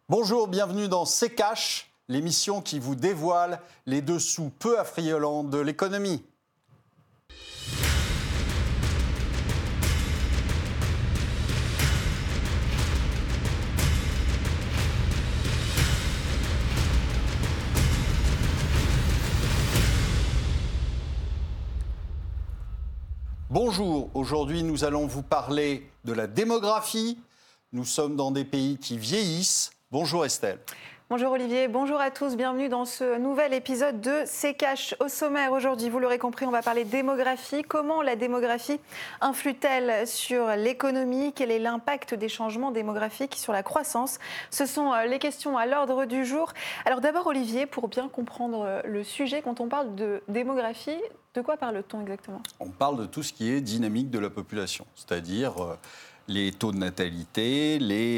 Bonjour, bienvenue dans C'est Cash, l'émission qui vous dévoile les dessous peu affriolants de l'économie. Bonjour, aujourd'hui nous allons vous parler de la démographie. Nous sommes dans des pays qui vieillissent. Bonjour Estelle. Bonjour Olivier, bonjour à tous, bienvenue dans ce nouvel épisode de C'est Cash. Au sommaire aujourd'hui, vous l'aurez compris, on va parler démographie. Comment la démographie influe-t-elle sur l'économie? Quel est l'impact des changements démographiques sur la croissance? Ce sont les questions à l'ordre du jour. Alors d'abord Olivier, pour bien comprendre le sujet, quand on parle de démographie, de quoi parle-t-on exactement? On parle de tout ce qui est dynamique de la population, c'est-à-dire les taux de natalité,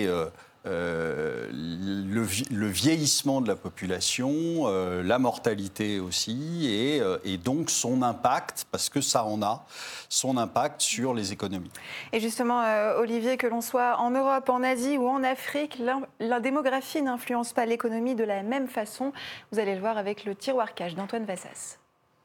le vieillissement de la population, la mortalité aussi, et donc son impact, parce que ça en a, son impact sur les économies. Et justement, Olivier, que l'on soit en Europe, en Asie ou en Afrique, la démographie n'influence pas l'économie de la même façon. Vous allez le voir avec le tiroir cash d'Antoine Vassas.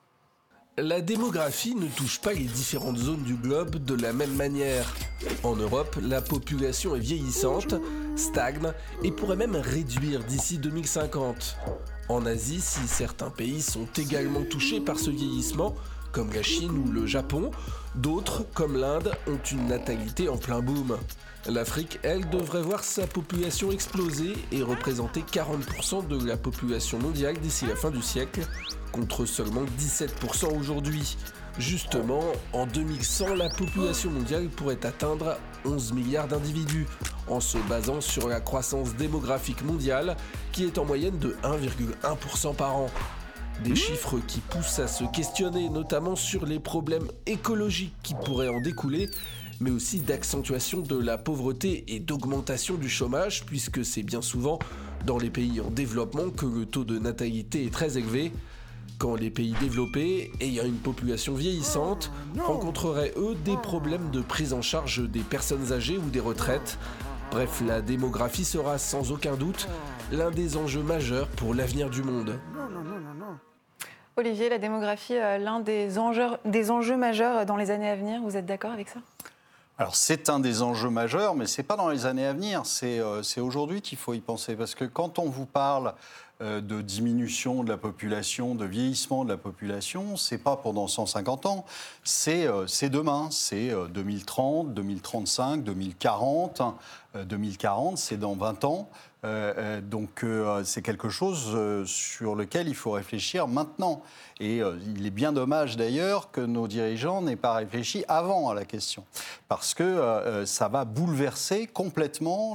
La démographie ne touche pas les différentes zones du globe de la même manière. En Europe, la population est vieillissante, stagne et pourrait même réduire d'ici 2050. En Asie, si certains pays sont également touchés par ce vieillissement, comme la Chine ou le Japon, d'autres, comme l'Inde, ont une natalité en plein boom. L'Afrique, elle, devrait voir sa population exploser et représenter 40% de la population mondiale d'ici la fin du siècle, contre seulement 17% aujourd'hui. Justement, en 2100, la population mondiale pourrait atteindre 11 milliards d'individus, en se basant sur la croissance démographique mondiale, qui est en moyenne de 1,1% par an. Des chiffres qui poussent à se questionner, notamment sur les problèmes écologiques qui pourraient en découler, mais aussi d'accentuation de la pauvreté et d'augmentation du chômage, puisque c'est bien souvent dans les pays en développement que le taux de natalité est très élevé. Quand les pays développés, ayant une population vieillissante, rencontreraient eux des problèmes de prise en charge des personnes âgées ou des retraites. Bref, la démographie sera sans aucun doute l'un des enjeux majeurs pour l'avenir du monde. Olivier, la démographie, l'un des enjeux majeurs dans les années à venir, vous êtes d'accord avec ça ? Alors c'est un des enjeux majeurs, mais ce n'est pas dans les années à venir, c'est aujourd'hui qu'il faut y penser. Parce que quand on vous parle de diminution de la population, de vieillissement de la population, ce n'est pas pendant 150 ans, c'est demain, c'est 2030, 2035, 2040. 2040, c'est dans 20 ans. Donc c'est quelque chose sur lequel il faut réfléchir maintenant. Et il est bien dommage d'ailleurs que nos dirigeants n'aient pas réfléchi avant à la question. Parce que ça va bouleverser complètement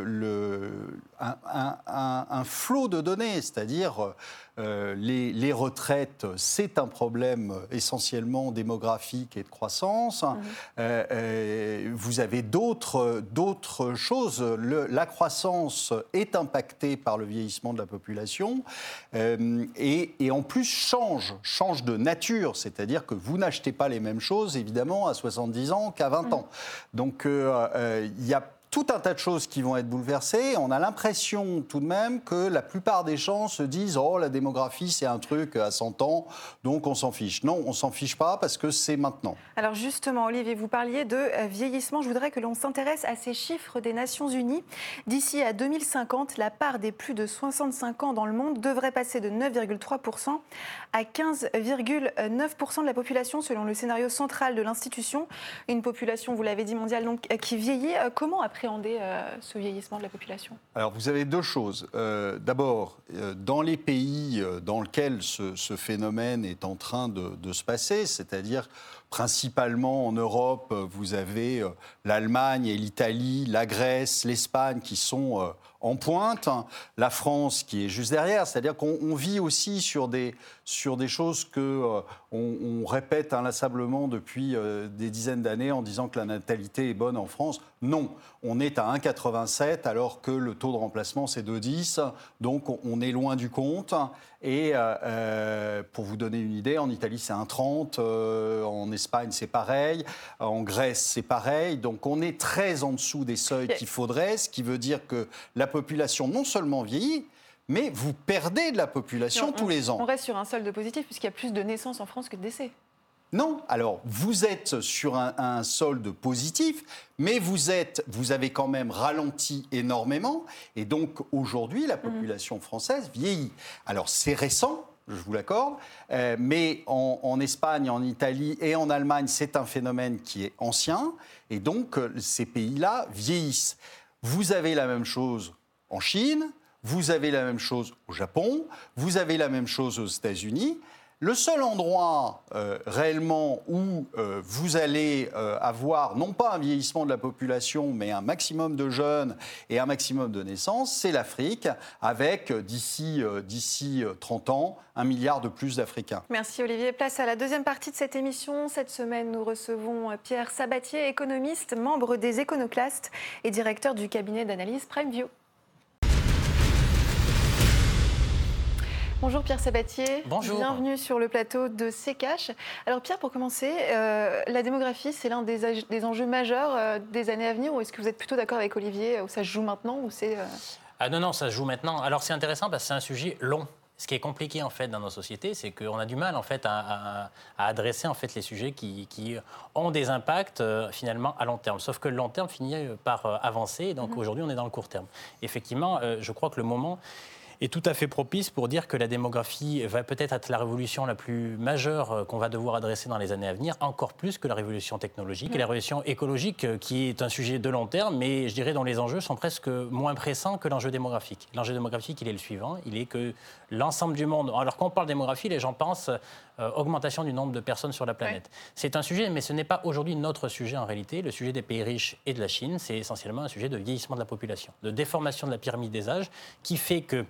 un flot de données. C'est-à-dire les retraites, c'est un problème essentiellement démographique et de croissance. Vous avez d'autres choses. La croissance est impactée par le vieillissement de la population et en plus change de nature, c'est-à-dire que vous n'achetez pas les mêmes choses évidemment à 70 ans qu'à 20 ans. Donc il y a tout un tas de choses qui vont être bouleversées. On a l'impression tout de même que la plupart des gens se disent « Oh, la démographie, c'est un truc à 100 ans, donc on s'en fiche ». Non, on ne s'en fiche pas parce que c'est maintenant. Alors justement, Olivier, vous parliez de vieillissement. Je voudrais que l'on s'intéresse à ces chiffres des Nations Unies. D'ici à 2050, la part des plus de 65 ans dans le monde devrait passer de 9,3% à 15,9% de la population, selon le scénario central de l'institution. Une population, vous l'avez dit, mondiale, donc, qui vieillit. Comment appréhender ce vieillissement de la population? Alors, vous avez deux choses. D'abord, dans les pays dans lesquels ce phénomène est en train de se passer, c'est-à-dire principalement en Europe, vous avez l'Allemagne et l'Italie, la Grèce, l'Espagne qui sont en pointe, la France qui est juste derrière. C'est-à-dire qu'on vit aussi sur des choses qu'on répète inlassablement depuis des dizaines d'années en disant que la natalité est bonne en France. Non, on est à 1,87 alors que le taux de remplacement c'est 2,10, donc on est loin du compte. Et pour vous donner une idée, en Italie c'est 1,30, en Espagne c'est pareil, en Grèce c'est pareil. Donc on est très en dessous des seuils qu'il faudrait, ce qui veut dire que la population non seulement vieillit, mais vous perdez de la population tous les ans. On reste sur un solde positif puisqu'il y a plus de naissances en France que de décès. Non, alors vous êtes sur un solde positif, mais vous avez quand même ralenti énormément, et donc aujourd'hui la population française vieillit. Alors c'est récent, je vous l'accorde, mais en Espagne, en Italie et en Allemagne, c'est un phénomène qui est ancien, et donc ces pays-là vieillissent. Vous avez la même chose en Chine, vous avez la même chose au Japon, vous avez la même chose aux États-Unis. Le seul endroit réellement où vous allez avoir, non pas un vieillissement de la population, mais un maximum de jeunes et un maximum de naissances, c'est l'Afrique, avec d'ici 30 ans, 1 milliard de plus d'Africains. Merci Olivier. Place à la deuxième partie de cette émission. Cette semaine, nous recevons Pierre Sabatier, économiste, membre des Éconoclastes et directeur du cabinet d'analyse PrimeView. Bonjour Pierre Sabatier. Bonjour. Bienvenue sur le plateau de C-Cash. Alors Pierre, pour commencer, la démographie, c'est l'un des enjeux majeurs des années à venir, ou est-ce que vous êtes plutôt d'accord avec Olivier, où ça se joue maintenant, ou c'est... Ah non, ça se joue maintenant. Alors c'est intéressant parce que c'est un sujet long. Ce qui est compliqué en fait dans nos sociétés, c'est qu'on a du mal en fait à adresser en fait les sujets qui ont des impacts finalement à long terme. Sauf que le long terme finit par avancer, et donc aujourd'hui on est dans le court terme. Effectivement, je crois que le moment est tout à fait propice pour dire que la démographie va peut-être être la révolution la plus majeure qu'on va devoir adresser dans les années à venir, encore plus que la révolution technologique et la révolution écologique, qui est un sujet de long terme, mais je dirais dont les enjeux sont presque moins pressants que l'enjeu démographique. L'enjeu démographique, il est le suivant, il est que l'ensemble du monde... Alors quand on parle démographie, les gens pensent augmentation du nombre de personnes sur la planète. Ouais. C'est un sujet, mais ce n'est pas aujourd'hui notre sujet en réalité. Le sujet des pays riches et de la Chine, c'est essentiellement un sujet de vieillissement de la population, de déformation de la pyramide des âges, qui fait que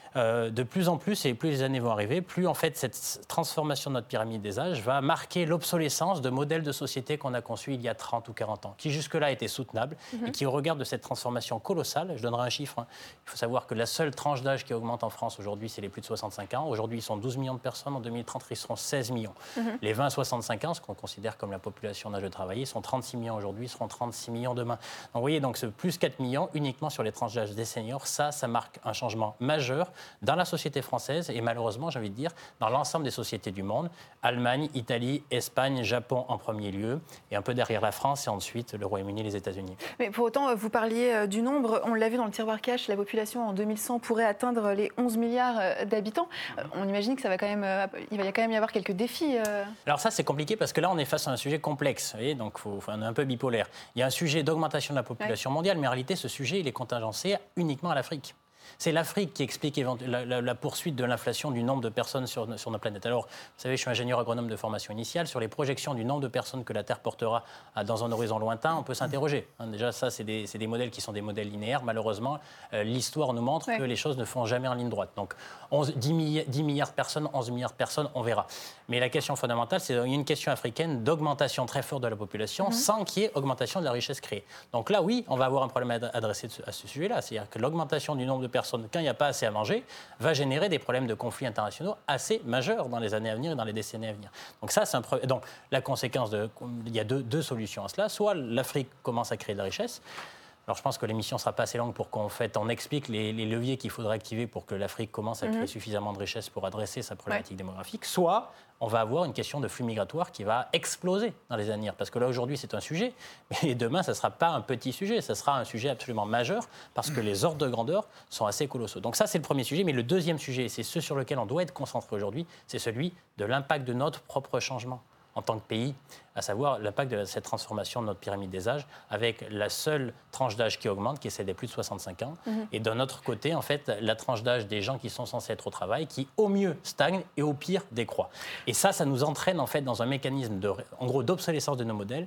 de plus en plus, et plus les années vont arriver, plus en fait cette transformation de notre pyramide des âges va marquer l'obsolescence de modèles de société qu'on a conçus il y a 30 ou 40 ans, qui jusque-là étaient soutenables et qui, au regard de cette transformation colossale, je donnerai un chiffre, il faut savoir que la seule tranche d'âge qui augmente en France aujourd'hui, c'est les plus de 65 ans. Aujourd'hui, ils sont 12 millions de personnes, en 2030, ils seront 16 millions. Les 20-65 ans, ce qu'on considère comme la population d'âge de travailler, sont 36 millions aujourd'hui, seront 36 millions demain. Donc vous voyez, donc ce plus 4 millions uniquement sur les tranches d'âge des seniors, ça marque un changement majeur dans la société française et malheureusement, j'ai envie de dire, dans l'ensemble des sociétés du monde. Allemagne, Italie, Espagne, Japon en premier lieu, et un peu derrière la France et ensuite le Royaume-Uni et les États-Unis. Mais pour autant, vous parliez du nombre, on l'a vu dans le tiroir cash, la population en 2100 pourrait atteindre les 11 milliards d'habitants. On imagine que ça va quand même, il va quand même y avoir quelques défis. Alors ça, c'est compliqué parce que là, on est face à un sujet complexe, vous voyez, donc on est un peu bipolaire. Il y a un sujet d'augmentation de la population mondiale, mais en réalité, ce sujet, il est contingencé uniquement à l'Afrique. C'est l'Afrique qui explique la poursuite de l'inflation du nombre de personnes sur notre planète. Alors, vous savez, je suis ingénieur agronome de formation initiale. Sur les projections du nombre de personnes que la Terre portera dans un horizon lointain, on peut s'interroger. Déjà, ça, c'est des modèles qui sont des modèles linéaires. Malheureusement, l'histoire nous montre que les choses ne font jamais en ligne droite. Donc, 10 milliards de personnes, 11 milliards de personnes, on verra. Mais la question fondamentale, c'est qu'il y a une question africaine d'augmentation très forte de la population sans qu'il y ait augmentation de la richesse créée. Donc là, oui, on va avoir un problème à adresser à ce sujet-là. C'est-à-dire que l'augmentation du nombre de personnes, quand il n'y a pas assez à manger, va générer des problèmes de conflits internationaux assez majeurs dans les années à venir et dans les décennies à venir. Donc ça, c'est un problème. Donc la conséquence, il y a deux solutions à cela. Soit l'Afrique commence à créer de la richesse. Alors je pense que l'émission ne sera pas assez longue pour qu'on explique les leviers qu'il faudrait activer pour que l'Afrique commence à créer suffisamment de richesse pour adresser sa problématique démographique. Soit on va avoir une question de flux migratoire qui va exploser dans les années à venir. Parce que là, aujourd'hui, c'est un sujet, mais demain, ça ne sera pas un petit sujet, ça sera un sujet absolument majeur parce que les ordres de grandeur sont assez colossaux. Donc ça, c'est le premier sujet. Mais le deuxième sujet, c'est ce sur lequel on doit être concentré aujourd'hui, c'est celui de l'impact de notre propre changement en tant que pays, à savoir l'impact de cette transformation de notre pyramide des âges, avec la seule tranche d'âge qui augmente, qui est celle des plus de 65 ans, et d'un autre côté, en fait, la tranche d'âge des gens qui sont censés être au travail, qui au mieux stagne et au pire décroît. Et ça nous entraîne en fait dans un mécanisme d'obsolescence de nos modèles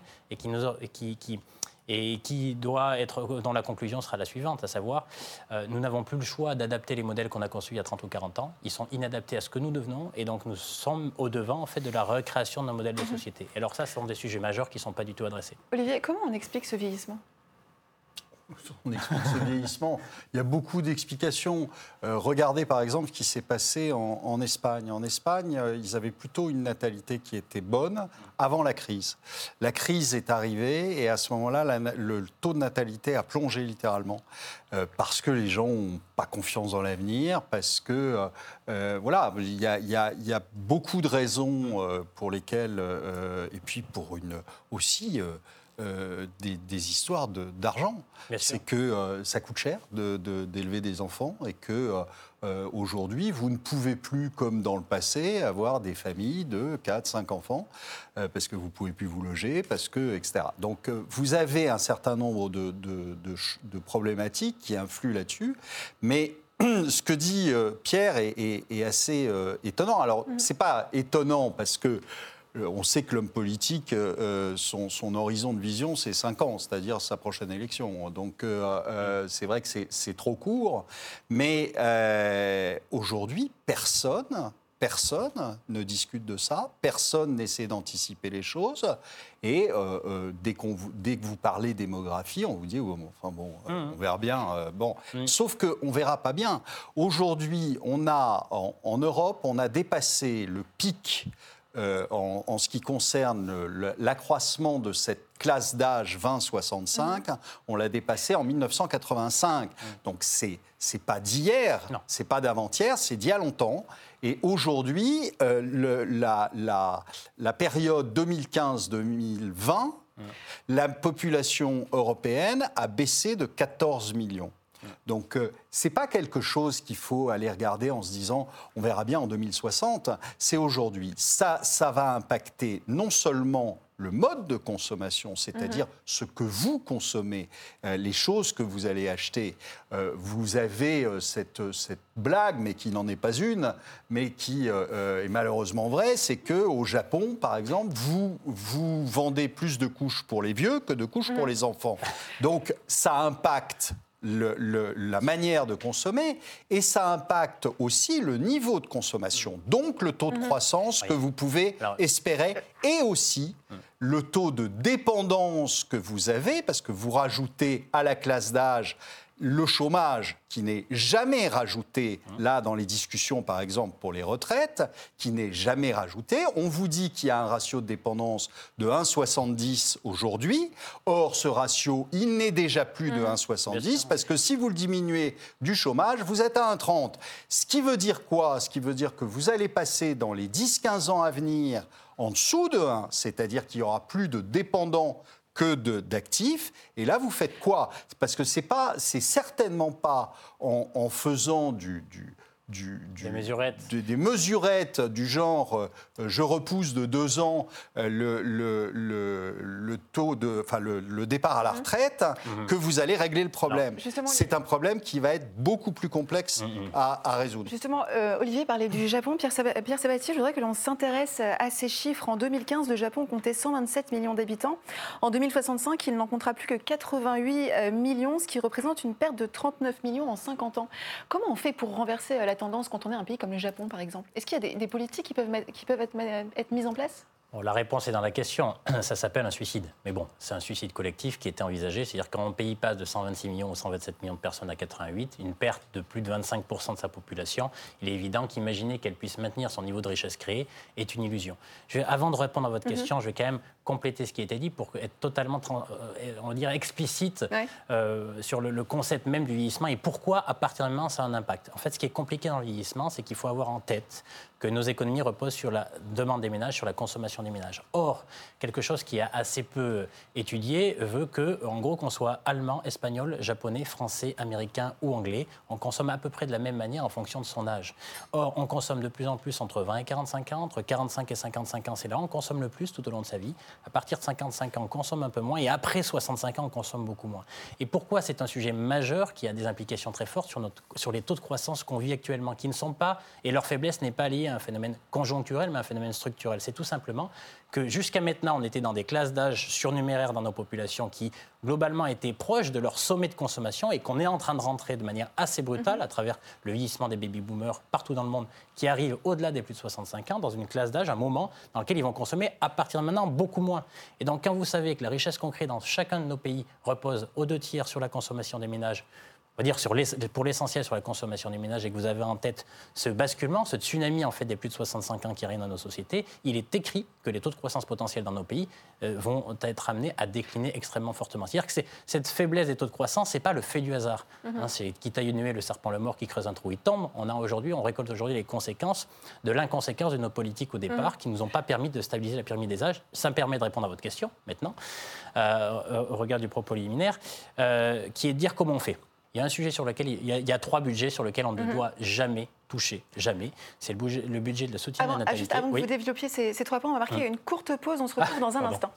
et qui doit être, dont la conclusion sera la suivante, à savoir, nous n'avons plus le choix d'adapter les modèles qu'on a conçus il y a 30 ou 40 ans. Ils sont inadaptés à ce que nous devenons, et donc nous sommes au-devant en fait, de la recréation de nos modèles de société. Et alors ça, ce sont des sujets majeurs qui ne sont pas du tout adressés. Olivier, comment on explique ce vieillissement ? On explique ce vieillissement. Il y a beaucoup d'explications. Regardez par exemple ce qui s'est passé en Espagne. En Espagne, ils avaient plutôt une natalité qui était bonne avant la crise. La crise est arrivée et à ce moment-là, le taux de natalité a plongé littéralement parce que les gens n'ont pas confiance dans l'avenir, parce que voilà, il y a beaucoup de raisons pour lesquelles, et puis pour aussi des histoires d'argent. C'est que ça coûte cher d'élever des enfants et que aujourd'hui, vous ne pouvez plus, comme dans le passé, avoir des familles de 4, 5 enfants parce que vous ne pouvez plus vous loger, parce que, etc. Donc, vous avez un certain nombre de problématiques qui influent là-dessus, mais ce que dit Pierre est assez étonnant. Alors, ce n'est pas étonnant parce que on sait que l'homme politique, son horizon de vision, c'est 5 ans, c'est-à-dire sa prochaine élection. Donc, c'est vrai que c'est trop court. Mais aujourd'hui, personne ne discute de ça, personne n'essaie d'anticiper les choses. Et dès que vous parlez démographie, on vous dit on verra bien. Sauf qu'on ne verra pas bien. Aujourd'hui, en Europe, on a dépassé le pic en ce qui concerne l'accroissement de cette classe d'âge 20-65, on l'a dépassé en 1985. Donc c'est pas d'hier, c'est pas d'avant-hier, c'est d'il y a longtemps. Et aujourd'hui, la période 2015-2020, la population européenne a baissé de 14 millions. Donc, ce n'est pas quelque chose qu'il faut aller regarder en se disant on verra bien en 2060, c'est aujourd'hui. Ça va impacter non seulement le mode de consommation, c'est-à-dire ce que vous consommez, les choses que vous allez acheter. Vous avez cette blague, mais qui n'en est pas une, mais qui est malheureusement vraie, c'est qu'au Japon, par exemple, vous vendez plus de couches pour les vieux que de couches pour les enfants. Donc, ça impacte la manière de consommer et ça impacte aussi le niveau de consommation, donc le taux de croissance que vous pouvez espérer et aussi le taux de dépendance que vous avez parce que vous rajoutez à la classe d'âge le chômage qui n'est jamais rajouté, là, dans les discussions, par exemple, pour les retraites, qui n'est jamais rajouté. On vous dit qu'il y a un ratio de dépendance de 1,70 aujourd'hui. Or, ce ratio, il n'est déjà plus de 1,70 parce que si vous le diminuez du chômage, vous êtes à 1,30. Ce qui veut dire quoi ? Ce qui veut dire que vous allez passer dans les 10-15 ans à venir en dessous de 1, c'est-à-dire qu'il n'y aura plus de dépendants que d'actifs. Et là, vous faites quoi ? Parce que c'est certainement pas en faisant des mesurettes. Des mesurettes du genre je repousse de 2 ans le taux le départ à la retraite que vous allez régler le problème. C'est un problème qui va être beaucoup plus complexe à résoudre. Justement, Olivier parlait du Japon. Pierre Sabatier, je voudrais que l'on s'intéresse à ces chiffres. En 2015, le Japon comptait 127 millions d'habitants. En 2065, il n'en comptera plus que 88 millions, ce qui représente une perte de 39 millions en 50 ans. Comment on fait pour renverser la tendance quand on est un pays comme le Japon, par exemple? Est-ce qu'il y a des politiques qui peuvent être mises en place? La réponse est dans la question. Ça s'appelle un suicide. Mais bon, c'est un suicide collectif qui était envisagé. C'est-à-dire quand un pays passe de 126 millions ou 127 millions de personnes à 88, une perte de plus de 25% de sa population, il est évident qu'imaginer qu'elle puisse maintenir son niveau de richesse créée est une illusion. Avant de répondre à votre question, je vais quand même compléter ce qui a été dit pour être totalement, on va dire, explicite sur le concept même du vieillissement et pourquoi, à partir du moment, ça a un impact. En fait, ce qui est compliqué dans le vieillissement, c'est qu'il faut avoir en tête que nos économies reposent sur la demande des ménages, sur la consommation des ménages. Or, quelque chose qui a assez peu étudié veut que, en gros, qu'on soit allemand, espagnol, japonais, français, américain ou anglais, on consomme à peu près de la même manière en fonction de son âge. Or, on consomme de plus en plus entre 20 et 45 ans, entre 45 et 55 ans, c'est là où on consomme le plus tout au long de sa vie. À partir de 55 ans, on consomme un peu moins et après 65 ans, on consomme beaucoup moins. Et pourquoi c'est un sujet majeur qui a des implications très fortes sur les taux de croissance qu'on vit actuellement, qui ne sont pas, et leur faiblesse n'est pas liée à un phénomène conjoncturel, mais un phénomène structurel. C'est tout simplement que jusqu'à maintenant, on était dans des classes d'âge surnuméraires dans nos populations qui, globalement, étaient proches de leur sommet de consommation et qu'on est en train de rentrer de manière assez brutale à travers le vieillissement des baby-boomers partout dans le monde qui arrivent au-delà des plus de 65 ans dans une classe d'âge, un moment dans lequel ils vont consommer à partir de maintenant beaucoup moins. Et donc, quand vous savez que la richesse qu'on crée dans chacun de nos pays repose aux 2 tiers sur la consommation des ménages, on va dire pour l'essentiel sur la consommation des ménages, et que vous avez en tête ce basculement, ce tsunami en fait des plus de 65 ans qui arrive dans nos sociétés, il est écrit que les taux de croissance potentiels dans nos pays vont être amenés à décliner extrêmement fortement. C'est-à-dire que cette faiblesse des taux de croissance, c'est pas le fait du hasard. C'est quitte à nuer le serpent le mort qui creuse un trou, il tombe. On récolte aujourd'hui les conséquences de l'inconséquence de nos politiques au départ, qui nous ont pas permis de stabiliser la pyramide des âges. Ça me permet de répondre à votre question maintenant, au regard du propos liminaire, qui est de dire comment on fait. Il y a un sujet sur lequel il y a 3 budgets sur lesquels on ne doit jamais toucher, jamais. C'est le budget de soutien à la natalité. Juste avant que vous développiez ces 3 points, on va marquer une courte pause. On se retrouve dans un instant.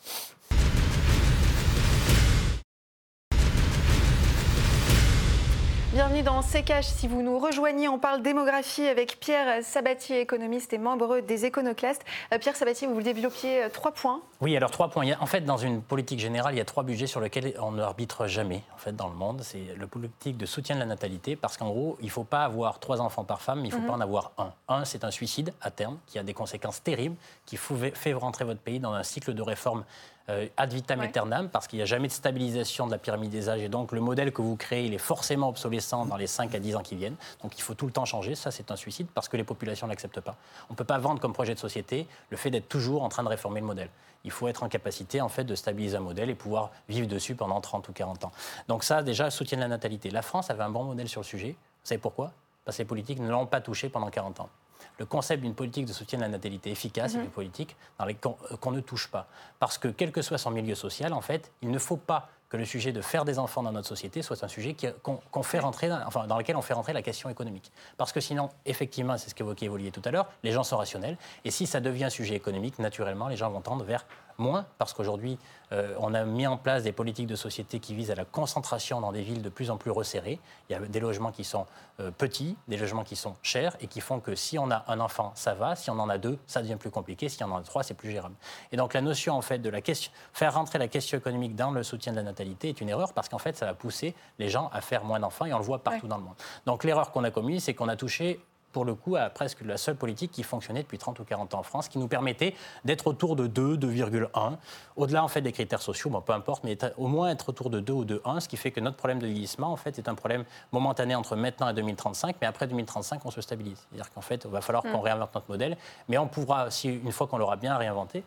Bienvenue dans C'est Cash. Si vous nous rejoignez, on parle démographie avec Pierre Sabatier, économiste et membre des Éconoclastes. Pierre Sabatier, vous développiez 3 points. Oui, alors 3 points. En fait, dans une politique générale, il y a 3 budgets sur lesquels on ne arbitre jamais en fait, dans le monde. C'est la politique de soutien de la natalité, parce qu'en gros, il ne faut pas avoir 3 enfants par femme, mais il ne faut pas en avoir un. Un, c'est un suicide à terme, qui a des conséquences terribles, qui fait rentrer votre pays dans un cycle de réforme ad vitam aeternam, parce qu'il n'y a jamais de stabilisation de la pyramide des âges, et donc le modèle que vous créez, il est forcément obsolescent dans les 5 à 10 ans qui viennent. Donc il faut tout le temps changer. Ça, c'est un suicide, parce que les populations ne l'acceptent pas. On ne peut pas vendre comme projet de société le fait d'être toujours en train de réformer le modèle. Il faut être en capacité en fait, de stabiliser un modèle et pouvoir vivre dessus pendant 30 ou 40 ans. Donc ça, déjà, soutien de la natalité. La France avait un bon modèle sur le sujet. Vous savez pourquoi ? Parce que les politiques ne l'ont pas touché pendant 40 ans. Le concept d'une politique de soutien de la natalité efficace est une politique qu'on ne touche pas. Parce que, quel que soit son milieu social, en fait, il ne faut pas que le sujet de faire des enfants dans notre société soit un sujet qu'on fait rentrer, dans lequel on fait rentrer la question économique. Parce que sinon, effectivement, c'est ce qu'évoquait Olivier tout à l'heure, les gens sont rationnels. Et si ça devient un sujet économique, naturellement, les gens vont tendre vers moins, parce qu'aujourd'hui, on a mis en place des politiques de société qui visent à la concentration dans des villes de plus en plus resserrées. Il y a des logements qui sont petits, des logements qui sont chers, et qui font que si on a un enfant, ça va. Si on en a 2, ça devient plus compliqué. Si on en a 3, c'est plus gérable. Et donc la notion, en fait, de faire rentrer la question économique dans le soutien de la natalité est une erreur, parce qu'en fait, ça va pousser les gens à faire moins d'enfants, et on le voit partout dans le monde. Donc l'erreur qu'on a commise, c'est qu'on a touché pour le coup, à presque la seule politique qui fonctionnait depuis 30 ou 40 ans en France, qui nous permettait d'être autour de 2, 2,1. Au-delà, en fait, des critères sociaux, peu importe, mais au moins être autour de 2 ou de 1, ce qui fait que notre problème de vieillissement, en fait, est un problème momentané entre maintenant et 2035, mais après 2035, on se stabilise. C'est-à-dire qu'en fait, il va falloir qu'on réinvente notre modèle, mais on pourra, une fois qu'on l'aura bien réinventé,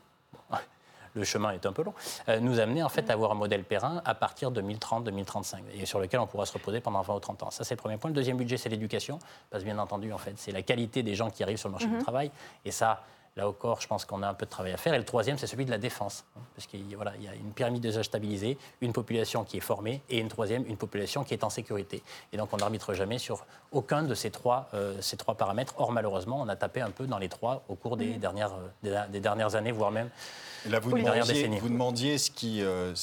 le chemin est un peu long, nous amener en fait à avoir un modèle périn à partir de 2030-2035 et sur lequel on pourra se reposer pendant 20 ou 30 ans. Ça, c'est le premier point. Le deuxième budget, c'est l'éducation, parce que bien entendu, en fait, c'est la qualité des gens qui arrivent sur le marché du travail. Et ça, là encore, je pense qu'on a un peu de travail à faire. Et le troisième, c'est celui de la défense, parce qu'il y a une pyramide des âges stabilisée, une population qui est formée, et une troisième, une population qui est en sécurité. Et donc, on n'arbitre jamais sur aucun de ces trois paramètres. Or, malheureusement, on a tapé un peu dans les 3 au cours des dernières années, voire même et là, vous demandiez ce qui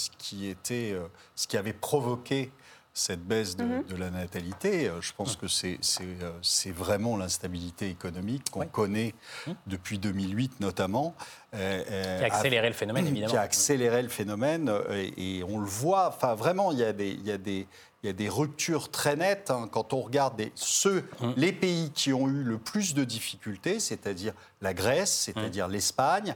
avait provoqué cette baisse de la natalité. Je pense que c'est vraiment l'instabilité économique qu'on connaît depuis 2008 notamment. Qui a accéléré le phénomène, évidemment. Qui a accéléré le phénomène, et on le voit. Enfin, vraiment, il y a des ruptures très nettes quand on regarde les pays qui ont eu le plus de difficultés, c'est-à-dire la Grèce, c'est-à-dire l'Espagne,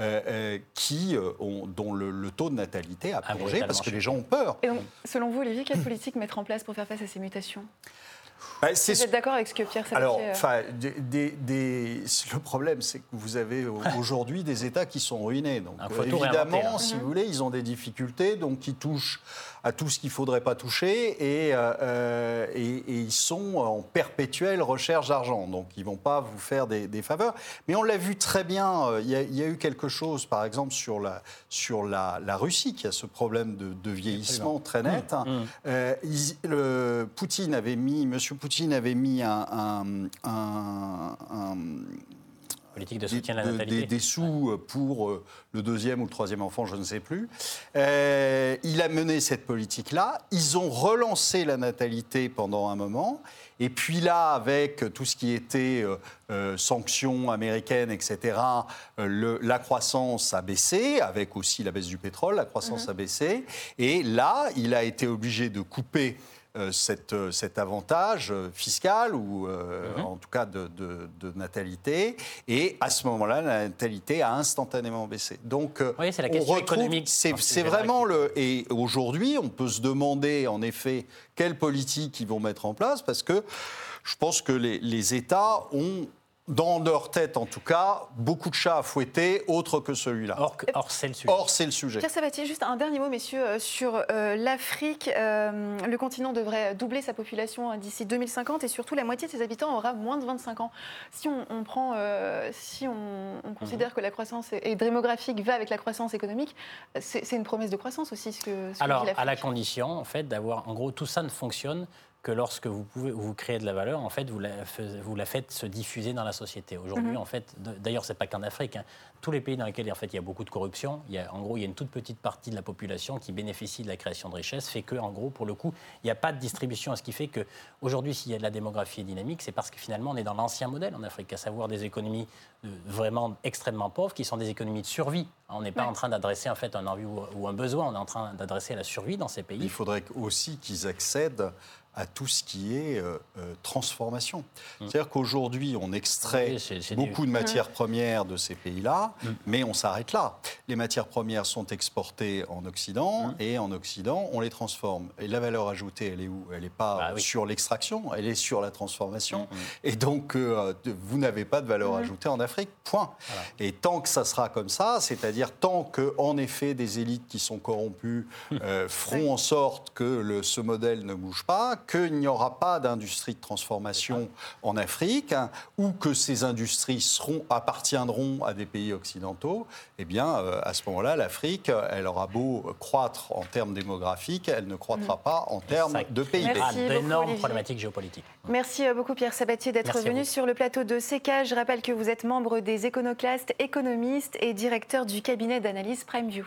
dont le taux de natalité a plongé parce que les gens ont peur. Et donc, selon vous, Olivier, quelle politique mettre en place pour faire face à ces mutations ? Vous êtes d'accord avec ce que Pierre Sabatier... Alors, le problème, c'est que vous avez aujourd'hui des États qui sont ruinés. Donc, évidemment, si vous voulez, ils ont des difficultés, donc ils touchent à tout ce qu'il ne faudrait pas toucher, et ils sont en perpétuelle recherche d'argent. Donc, ils ne vont pas vous faire des faveurs. Mais on l'a vu très bien, il y a eu quelque chose, par exemple, sur la Russie, qui a ce problème de vieillissement très net. M. Poutine avait mis Politique de soutien à la natalité. Des sous pour le deuxième ou le troisième enfant, je ne sais plus. Il a mené cette politique-là. Ils ont relancé la natalité pendant un moment. Et puis là, avec tout ce qui était sanctions américaines, etc., la croissance a baissé, avec aussi la baisse du pétrole, la croissance a baissé. Et là, il a été obligé de couper cet avantage fiscal ou en tout cas de natalité. Et à ce moment-là, la natalité a instantanément baissé. Donc, oui, c'est la question économique. C'est vraiment Et aujourd'hui, on peut se demander en effet quelle politique ils vont mettre en place, parce que je pense que les États ont, dans leur tête en tout cas, beaucoup de chats à fouetter, autre que celui-là. Or, c'est le sujet. Or, c'est le sujet. Pierre Sabatier, juste un dernier mot, messieurs, sur l'Afrique. Le continent devrait doubler sa population d'ici 2050 et surtout la moitié de ses habitants aura moins de 25 ans. Si on considère que la croissance démographique va avec la croissance économique, c'est une promesse de croissance aussi, ce que Alors, dit l'Afrique. à la condition, en fait, d'avoir, en gros, tout ça ne fonctionne que lorsque vous créez de la valeur, en fait, vous la faites se diffuser dans la société. Aujourd'hui, en fait, d'ailleurs, c'est pas qu'en Afrique. Tous les pays dans lesquels, en fait, il y a beaucoup de corruption, en gros, il y a une toute petite partie de la population qui bénéficie de la création de richesses, fait que, en gros, pour le coup, il n'y a pas de distribution. Ce qui fait que, aujourd'hui, s'il y a de la démographie dynamique, c'est parce que finalement, on est dans l'ancien modèle en Afrique, à savoir des économies vraiment extrêmement pauvres, qui sont des économies de survie. On n'est pas en train d'adresser, en fait, un envie ou un besoin. On est en train d'adresser la survie dans ces pays. Il faudrait aussi qu'ils accèdent à tout ce qui est transformation. C'est-à-dire qu'aujourd'hui, on extrait beaucoup de matières premières de ces pays-là, mais on s'arrête là. Les matières premières sont exportées en Occident, et en Occident, on les transforme. Et la valeur ajoutée, elle est où? Elle n'est pas sur l'extraction, elle est sur la transformation. Et donc, vous n'avez pas de valeur ajoutée en Afrique, point. Voilà. Et tant que ça sera comme ça, c'est-à-dire tant que, en effet, des élites qui sont corrompues feront en sorte que ce modèle ne bouge pas, qu'il n'y aura pas d'industrie de transformation en Afrique, ou que ces industries appartiendront à des pays occidentaux, eh bien, à ce moment-là, l'Afrique, elle aura beau croître en termes démographiques, elle ne croîtra pas en termes de PIB. D'énormes problématiques géopolitiques. Merci beaucoup, Pierre Sabatier, d'être venu sur le plateau de CK. Je rappelle que vous êtes membre des Éconoclastes, économiste et directeur du cabinet d'analyse PrimeView.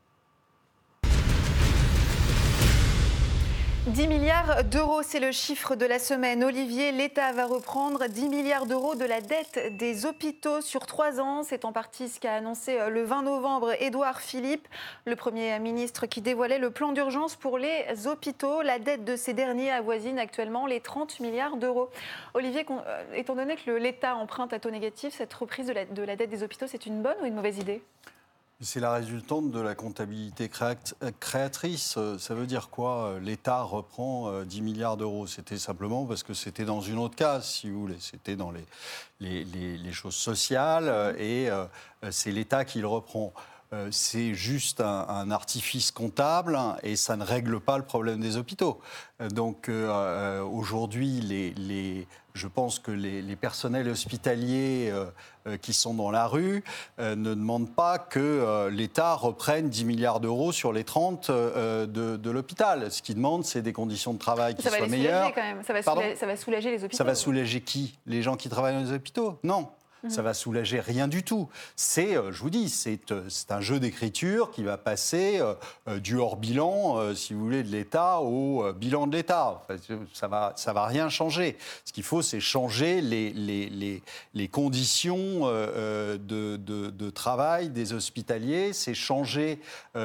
10 milliards d'euros, c'est le chiffre de la semaine. Olivier, l'État va reprendre 10 milliards d'euros de la dette des hôpitaux sur 3 ans. C'est en partie ce qu'a annoncé le 20 novembre Édouard Philippe, le Premier ministre qui dévoilait le plan d'urgence pour les hôpitaux. La dette de ces derniers avoisine actuellement les 30 milliards d'euros. Olivier, étant donné que l'État emprunte à taux négatif, cette reprise de la dette des hôpitaux, c'est une bonne ou une mauvaise idée ? C'est la résultante de la comptabilité créatrice. Ça veut dire quoi? L'État reprend 10 milliards d'euros. C'était simplement parce que c'était dans une autre case, si vous voulez. C'était dans les choses sociales et c'est l'État qui le reprend. C'est juste un artifice comptable et ça ne règle pas le problème des hôpitaux. Donc aujourd'hui, je pense que les personnels hospitaliers qui sont dans la rue ne demandent pas que l'État reprenne 10 milliards d'euros sur les 30 de l'hôpital. Ce qu'ils demandent, c'est des conditions de travail qui soient meilleures. Quand même. Ça va soulager les hôpitaux. Ça va soulager qui? Les gens qui travaillent dans les hôpitaux? Non. Ça va soulager rien du tout. Je vous dis, c'est un jeu d'écriture qui va passer du hors-bilan, si vous voulez, de l'État au bilan de l'État. Ça va rien changer. Ce qu'il faut, c'est changer les conditions de travail des hospitaliers, c'est changer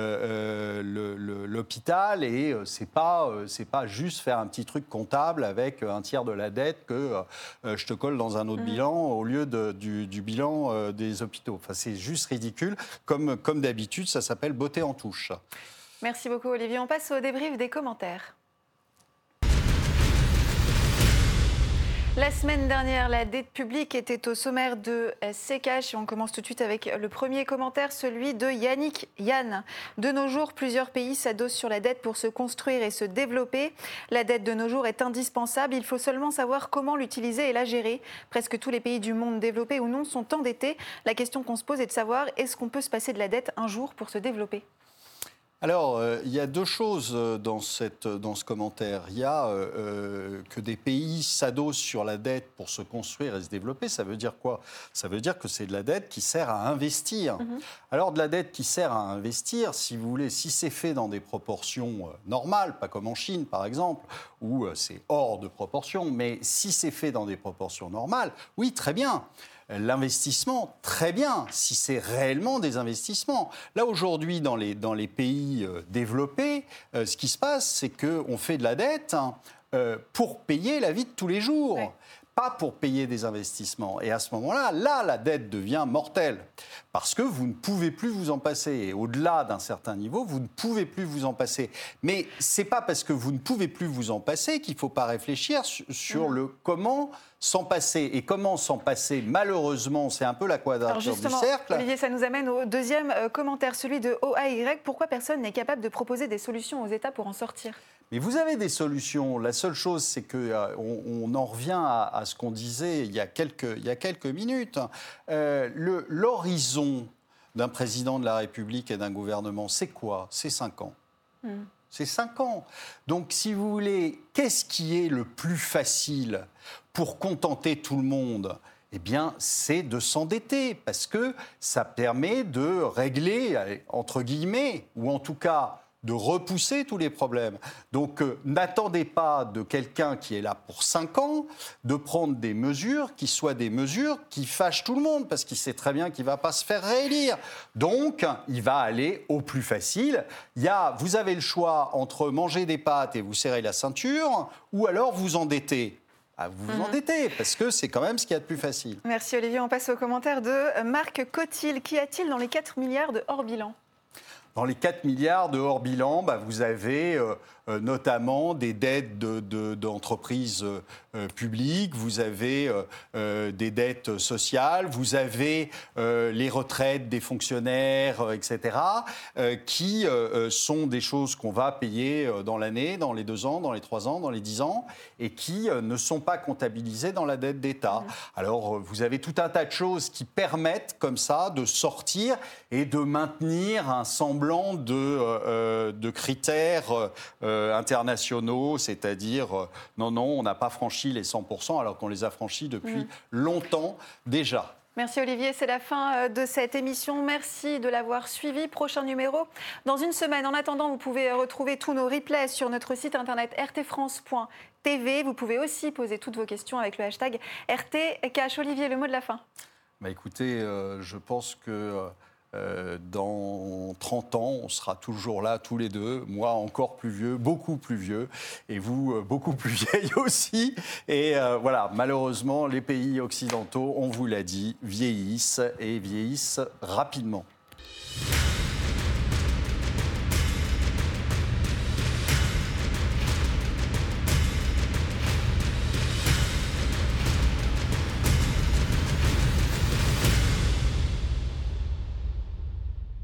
l'hôpital et c'est pas juste faire un petit truc comptable avec un tiers de la dette que je te colle dans un autre bilan au lieu du bilan des hôpitaux. Enfin, c'est juste ridicule. Comme d'habitude, ça s'appelle botter en touche. Merci beaucoup, Olivier. On passe au débrief des commentaires. La semaine dernière, la dette publique était au sommaire de CKH et on commence tout de suite avec le premier commentaire, celui de Yannick Yann. De nos jours, plusieurs pays s'adossent sur la dette pour se construire et se développer. La dette de nos jours est indispensable, il faut seulement savoir comment l'utiliser et la gérer. Presque tous les pays du monde, développés ou non, sont endettés. La question qu'on se pose est de savoir, est-ce qu'on peut se passer de la dette un jour pour se développer ? Alors, il y a deux choses dans ce commentaire. Il y a que des pays s'adossent sur la dette pour se construire et se développer. Ça veut dire quoi? Ça veut dire que c'est de la dette qui sert à investir. Alors, de la dette qui sert à investir, si vous voulez, si c'est fait dans des proportions normales, pas comme en Chine, par exemple, où c'est hors de proportion, mais si c'est fait dans des proportions normales, oui, très bien. L'investissement, très bien, si c'est réellement des investissements. Là, aujourd'hui, dans les pays développés, ce qui se passe, c'est qu'on fait de la dette pour payer la vie de tous les jours. Ouais. Pas pour payer des investissements. Et à ce moment-là, la dette devient mortelle. Parce que vous ne pouvez plus vous en passer. Et au-delà d'un certain niveau, vous ne pouvez plus vous en passer. Mais ce n'est pas parce que vous ne pouvez plus vous en passer qu'il ne faut pas réfléchir sur le comment s'en passer. Et comment s'en passer, malheureusement, c'est un peu la quadrature du cercle. Olivier, ça nous amène au deuxième commentaire, celui de OAY. Pourquoi personne n'est capable de proposer des solutions aux États pour en sortir ? Mais vous avez des solutions. La seule chose, c'est qu'on en revient à ce qu'on disait il y a quelques minutes. L'horizon d'un président de la République et d'un gouvernement, c'est quoi? C'est 5 ans. C'est 5 ans. Donc, si vous voulez, qu'est-ce qui est le plus facile pour contenter tout le monde? Eh bien, c'est de s'endetter, parce que ça permet de régler, entre guillemets, ou en tout cas de repousser tous les problèmes. Donc, n'attendez pas de quelqu'un qui est là pour 5 ans de prendre des mesures qui soient des mesures qui fâchent tout le monde, parce qu'il sait très bien qu'il ne va pas se faire réélire. Donc, il va aller au plus facile. Vous avez le choix entre manger des pâtes et vous serrer la ceinture, ou alors vous endetter. Vous vous endettez, parce que c'est quand même ce qu'il y a de plus facile. Merci Olivier. On passe au commentaire de Marc Cotil. Qu'y a-t-il dans les 4 milliards de hors bilan ? Dans les 4 milliards de hors bilan, vous avez notamment des dettes d'entreprises publiques, vous avez des dettes sociales, vous avez les retraites des fonctionnaires, etc., qui sont des choses qu'on va payer dans l'année, dans les 2 ans, dans les 3 ans, dans les 10 ans, et qui ne sont pas comptabilisées dans la dette d'État. Alors, vous avez tout un tas de choses qui permettent, comme ça, de sortir et de maintenir un semblant de critères internationaux, c'est-à-dire non, on n'a pas franchi les 100%, alors qu'on les a franchis depuis longtemps déjà. Merci Olivier, c'est la fin de cette émission. Merci de l'avoir suivi. Prochain numéro dans une semaine. En attendant, vous pouvez retrouver tous nos replays sur notre site internet rtfrance.tv. Vous pouvez aussi poser toutes vos questions avec le hashtag RTCash. Olivier, le mot de la fin. Écoutez, je pense que dans 30 ans, on sera toujours là tous les deux, moi encore plus vieux, beaucoup plus vieux, et vous beaucoup plus vieille aussi. Et voilà, malheureusement, les pays occidentaux, on vous l'a dit, vieillissent et vieillissent rapidement.